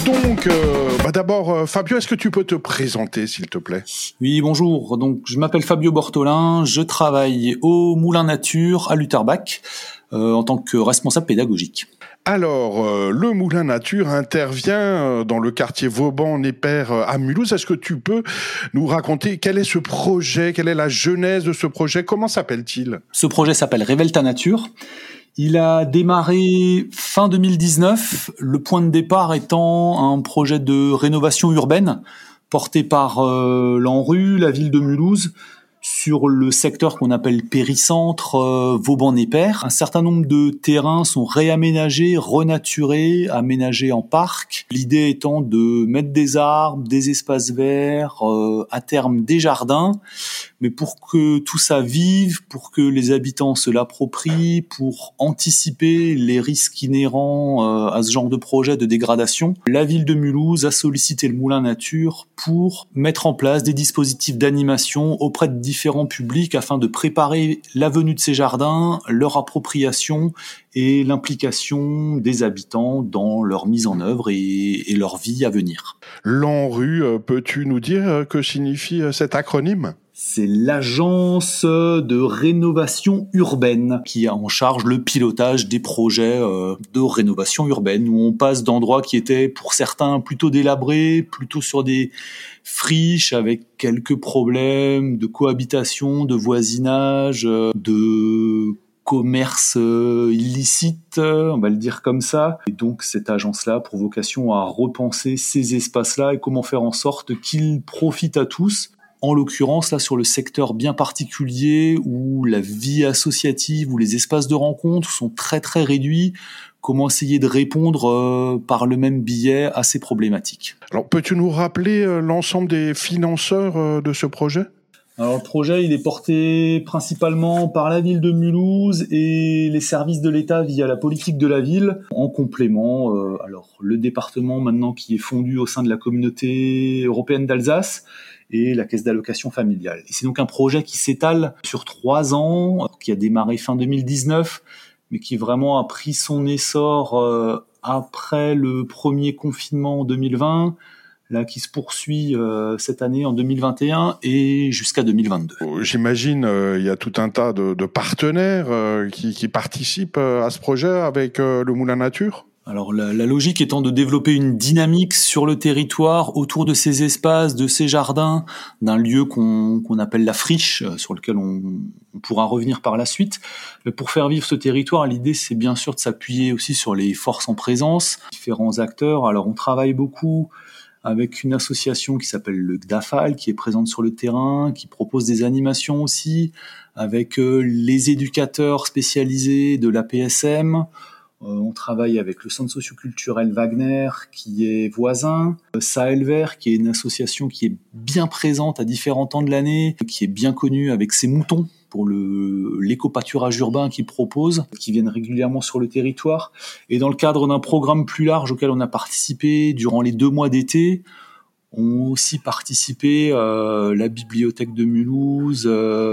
Donc, d'abord, Fabio, est-ce que tu peux te présenter, s'il te plaît ? Oui, bonjour. Donc, je m'appelle Fabio Bortolin. Je travaille au Moulin Nature à Lutterbach en tant que responsable pédagogique. Alors, le Moulin Nature intervient dans le quartier Vauban-Népère à Mulhouse. Est-ce que tu peux nous raconter quel est ce projet, quelle est la genèse de ce projet ? Comment s'appelle-t-il ? Ce projet s'appelle Révèle ta nature. Il a démarré fin 2019, le point de départ étant un projet de rénovation urbaine porté par l'ANRU, la ville de Mulhouse, sur le secteur qu'on appelle péricentre, Vauban-Népère. Un certain nombre de terrains sont réaménagés, renaturés, aménagés en parc. L'idée étant de mettre des arbres, des espaces verts, à terme des jardins. Mais pour que tout ça vive, pour que les habitants se l'approprient, pour anticiper les risques inhérents à ce genre de projet de dégradation, la ville de Mulhouse a sollicité le Moulin Nature pour mettre en place des dispositifs d'animation auprès de différents publics afin de préparer la venue de ces jardins, leur appropriation et l'implication des habitants dans leur mise en œuvre et leur vie à venir. L'ANRU, peux-tu nous dire que signifie cet acronyme ? C'est l'agence de rénovation urbaine qui a en charge le pilotage des projets de rénovation urbaine, où on passe d'endroits qui étaient pour certains plutôt délabrés, plutôt sur des friches avec quelques problèmes de cohabitation, de voisinage, de commerce illicite, on va le dire comme ça. Et donc cette agence-là a pour vocation à repenser ces espaces-là et comment faire en sorte qu'ils profitent à tous. En l'occurrence, là, sur le secteur bien particulier où la vie associative, où les espaces de rencontre sont très très réduits, comment essayer de répondre par le même biais à ces problématiques. Alors, peux-tu nous rappeler l'ensemble des financeurs de ce projet ? Alors, le projet, il est porté principalement par la ville de Mulhouse et les services de l'État via la politique de la ville. En complément, le département maintenant qui est fondu au sein de la communauté européenne d'Alsace et la caisse d'allocation familiale. Et c'est donc un projet qui s'étale sur 3 ans, qui a démarré fin 2019, mais qui vraiment a pris son essor après le premier confinement en 2020, là qui se poursuit cette année en 2021 et jusqu'à 2022. J'imagine il y a tout un tas de partenaires qui participent à ce projet avec le Moulin Nature. Alors la logique étant de développer une dynamique sur le territoire autour de ces espaces, de ces jardins, d'un lieu qu'on appelle la friche, sur lequel on pourra revenir par la suite. Mais pour faire vivre ce territoire, l'idée c'est bien sûr de s'appuyer aussi sur les forces en présence, différents acteurs. Alors on travaille beaucoup avec une association qui s'appelle le GDAFAL, qui est présente sur le terrain, qui propose des animations aussi, avec les éducateurs spécialisés de l'APSM. On travaille avec le centre socioculturel Wagner, qui est voisin, Sahel Vert, qui est une association qui est bien présente à différents temps de l'année, qui est bien connue avec ses moutons pour l'éco-pâturage urbain qu'ils proposent, qui viennent régulièrement sur le territoire. Et dans le cadre d'un programme plus large auquel on a participé durant les 2 mois d'été, ont aussi participé la bibliothèque de Mulhouse,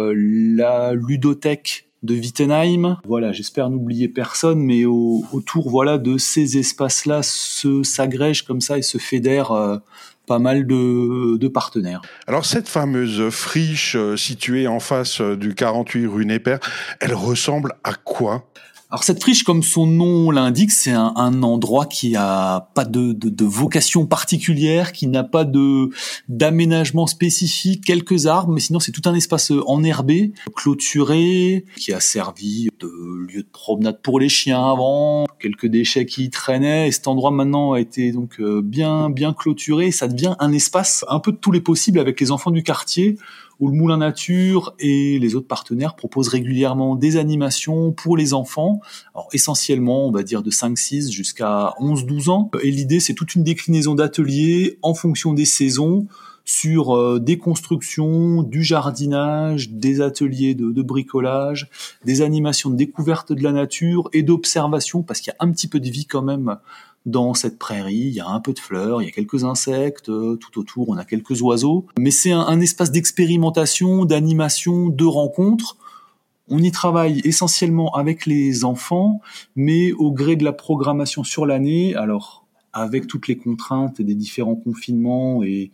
la ludothèque de Wittenheim. Voilà, j'espère n'oublier personne, mais autour de ces espaces-là s'agrègent comme ça et se fédèrent pas mal de partenaires. Alors cette fameuse friche située en face du 48 rue Népère, elle ressemble à quoi ? Alors cette friche, comme son nom l'indique, c'est un endroit qui a pas de vocation particulière, qui n'a pas d'aménagement spécifique, quelques arbres, mais sinon c'est tout un espace enherbé, clôturé, qui a servi de lieu de promenade pour les chiens avant, quelques déchets qui y traînaient, et cet endroit maintenant a été donc bien clôturé, ça devient un espace un peu de tous les possibles avec les enfants du quartier, où le Moulin Nature et les autres partenaires proposent régulièrement des animations pour les enfants, alors essentiellement on va dire de 5-6 jusqu'à 11-12 ans, et l'idée c'est toute une déclinaison d'ateliers en fonction des saisons, sur des constructions, du jardinage, des ateliers de bricolage, des animations de découverte de la nature et d'observation, parce qu'il y a un petit peu de vie quand même dans cette prairie, il y a un peu de fleurs, il y a quelques insectes, tout autour on a quelques oiseaux, mais c'est un espace d'expérimentation, d'animation, de rencontre. On y travaille essentiellement avec les enfants, mais au gré de la programmation sur l'année, alors avec toutes les contraintes des différents confinements et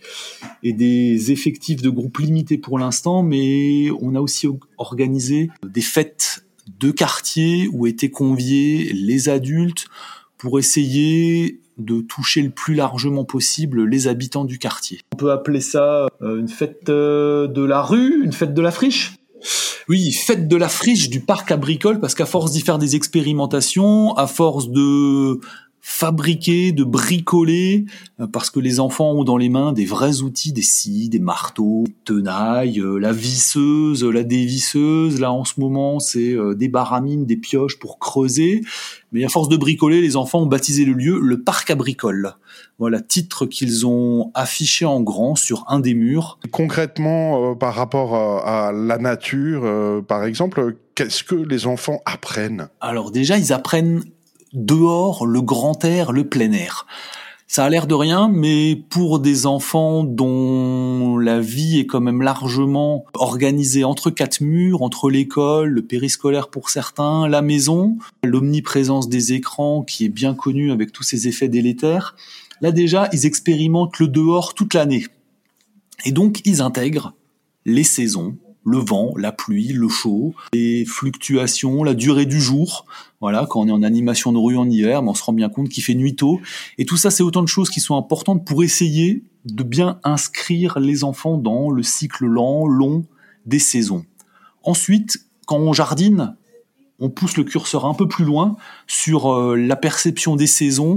des effectifs de groupes limités pour l'instant, mais on a aussi organisé des fêtes de quartier où étaient conviés les adultes pour essayer de toucher le plus largement possible les habitants du quartier. On peut appeler ça une fête de la rue, une fête de la friche. Oui, fête de la friche du parc agricole, parce qu'à force d'y faire des expérimentations, à force de fabriquer, de bricoler, parce que les enfants ont dans les mains des vrais outils, des scies, des marteaux, des tenailles, la visseuse, la dévisseuse. Là, en ce moment, c'est des baramines, des pioches pour creuser. Mais à force de bricoler, les enfants ont baptisé le lieu le parc agricole. Voilà, titre qu'ils ont affiché en grand sur un des murs. Concrètement, par rapport à la nature, par exemple, qu'est-ce que les enfants apprennent ? Alors déjà, ils apprennent dehors, le grand air, le plein air. Ça a l'air de rien, mais pour des enfants dont la vie est quand même largement organisée entre quatre murs, entre l'école, le périscolaire pour certains, la maison, l'omniprésence des écrans qui est bien connue avec tous ces effets délétères, là déjà, ils expérimentent le dehors toute l'année. Et donc, ils intègrent les saisons, le vent, la pluie, le chaud, les fluctuations, la durée du jour. Voilà, quand on est en animation de rue en hiver, on se rend bien compte qu'il fait nuit tôt. Et tout ça, c'est autant de choses qui sont importantes pour essayer de bien inscrire les enfants dans le cycle long des saisons. Ensuite, quand on jardine, on pousse le curseur un peu plus loin sur la perception des saisons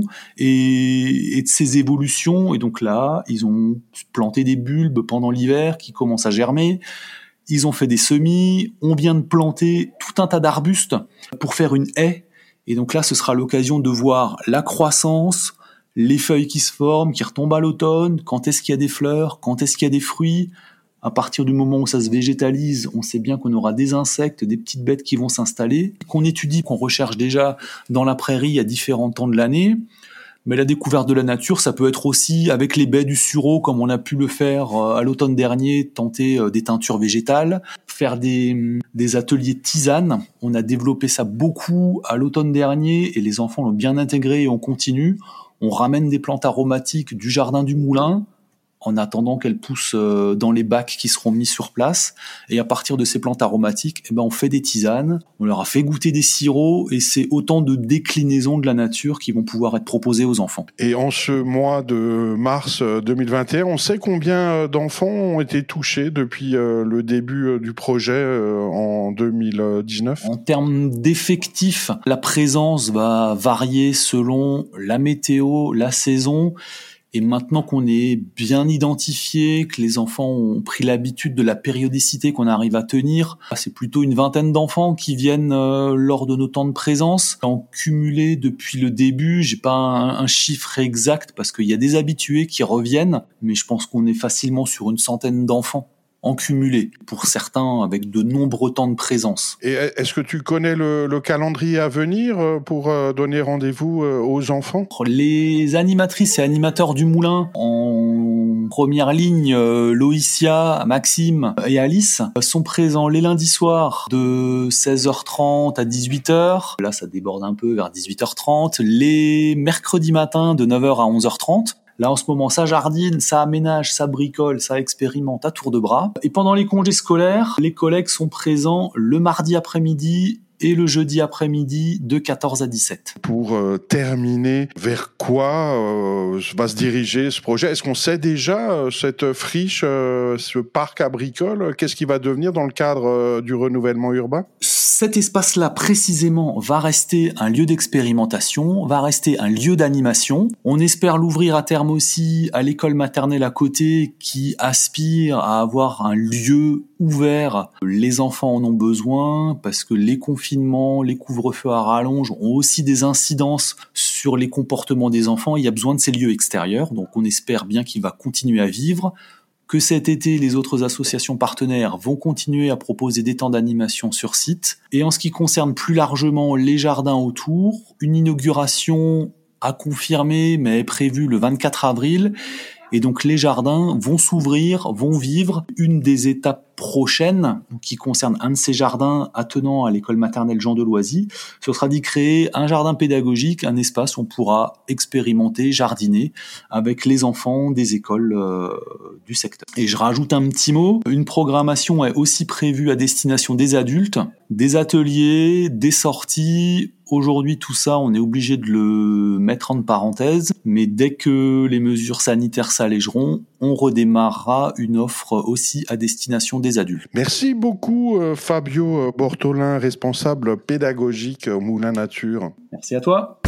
et de ses évolutions. Et donc là, ils ont planté des bulbes pendant l'hiver qui commencent à germer. Ils ont fait des semis, on vient de planter tout un tas d'arbustes pour faire une haie. Et donc là, ce sera l'occasion de voir la croissance, les feuilles qui se forment, qui retombent à l'automne, quand est-ce qu'il y a des fleurs, quand est-ce qu'il y a des fruits. À partir du moment où ça se végétalise, on sait bien qu'on aura des insectes, des petites bêtes qui vont s'installer, qu'on étudie, qu'on recherche déjà dans la prairie à différents temps de l'année. Mais la découverte de la nature, ça peut être aussi avec les baies du sureau, comme on a pu le faire à l'automne dernier, tenter des teintures végétales, faire des ateliers de tisane. On a développé ça beaucoup à l'automne dernier et les enfants l'ont bien intégré et on continue. On ramène des plantes aromatiques du jardin du moulin, en attendant qu'elles poussent dans les bacs qui seront mis sur place. Et à partir de ces plantes aromatiques, on fait des tisanes, on leur a fait goûter des sirops, et c'est autant de déclinaisons de la nature qui vont pouvoir être proposées aux enfants. Et en ce mois de mars 2021, on sait combien d'enfants ont été touchés depuis le début du projet en 2019 ? En termes d'effectifs, la présence va varier selon la météo, la saison. Et maintenant qu'on est bien identifié, que les enfants ont pris l'habitude de la périodicité qu'on arrive à tenir, c'est plutôt une vingtaine d'enfants qui viennent lors de nos temps de présence. En cumulé depuis le début, j'ai pas un chiffre exact parce qu'il y a des habitués qui reviennent, mais je pense qu'on est facilement sur une centaine d'enfants en cumulé, pour certains avec de nombreux temps de présence. Et est-ce que tu connais le calendrier à venir pour donner rendez-vous aux enfants ? Les animatrices et animateurs du Moulin, en première ligne, Loïcia, Maxime et Alice, sont présents les lundis soirs de 16h30 à 18h. Là, ça déborde un peu vers 18h30. Les mercredis matins de 9h à 11h30. Là, en ce moment, ça jardine, ça aménage, ça bricole, ça expérimente à tour de bras. Et pendant les congés scolaires, les collègues sont présents le mardi après-midi et le jeudi après-midi de 14 à 17. Pour terminer, vers quoi va se diriger ce projet ? Est-ce qu'on sait déjà cette friche, ce parc agricole, qu'est-ce qui va devenir dans le cadre du renouvellement urbain ? Cet espace-là, précisément, va rester un lieu d'expérimentation, va rester un lieu d'animation. On espère l'ouvrir à terme aussi à l'école maternelle à côté qui aspire à avoir un lieu ouvert. Les enfants en ont besoin parce que les confinements, les couvre-feux à rallonge ont aussi des incidences sur les comportements des enfants. Il y a besoin de ces lieux extérieurs, donc on espère bien qu'il va continuer à vivre. Que cet été, les autres associations partenaires vont continuer à proposer des temps d'animation sur site. Et en ce qui concerne plus largement les jardins autour, une inauguration à confirmer, mais est prévue le 24 avril. Et donc les jardins vont s'ouvrir, vont vivre une des étapes prochaine, qui concerne un de ces jardins attenant à l'école maternelle Jean de Loisy, ce sera d'y créer un jardin pédagogique, un espace où on pourra expérimenter, jardiner avec les enfants des écoles du secteur. Et je rajoute un petit mot, une programmation est aussi prévue à destination des adultes, des ateliers, des sorties. Aujourd'hui, tout ça, on est obligé de le mettre entre parenthèses, mais dès que les mesures sanitaires s'allégeront, on redémarrera une offre aussi à destination des adultes. Merci beaucoup Fabio Bortolin, responsable pédagogique au Moulin Nature. Merci à toi.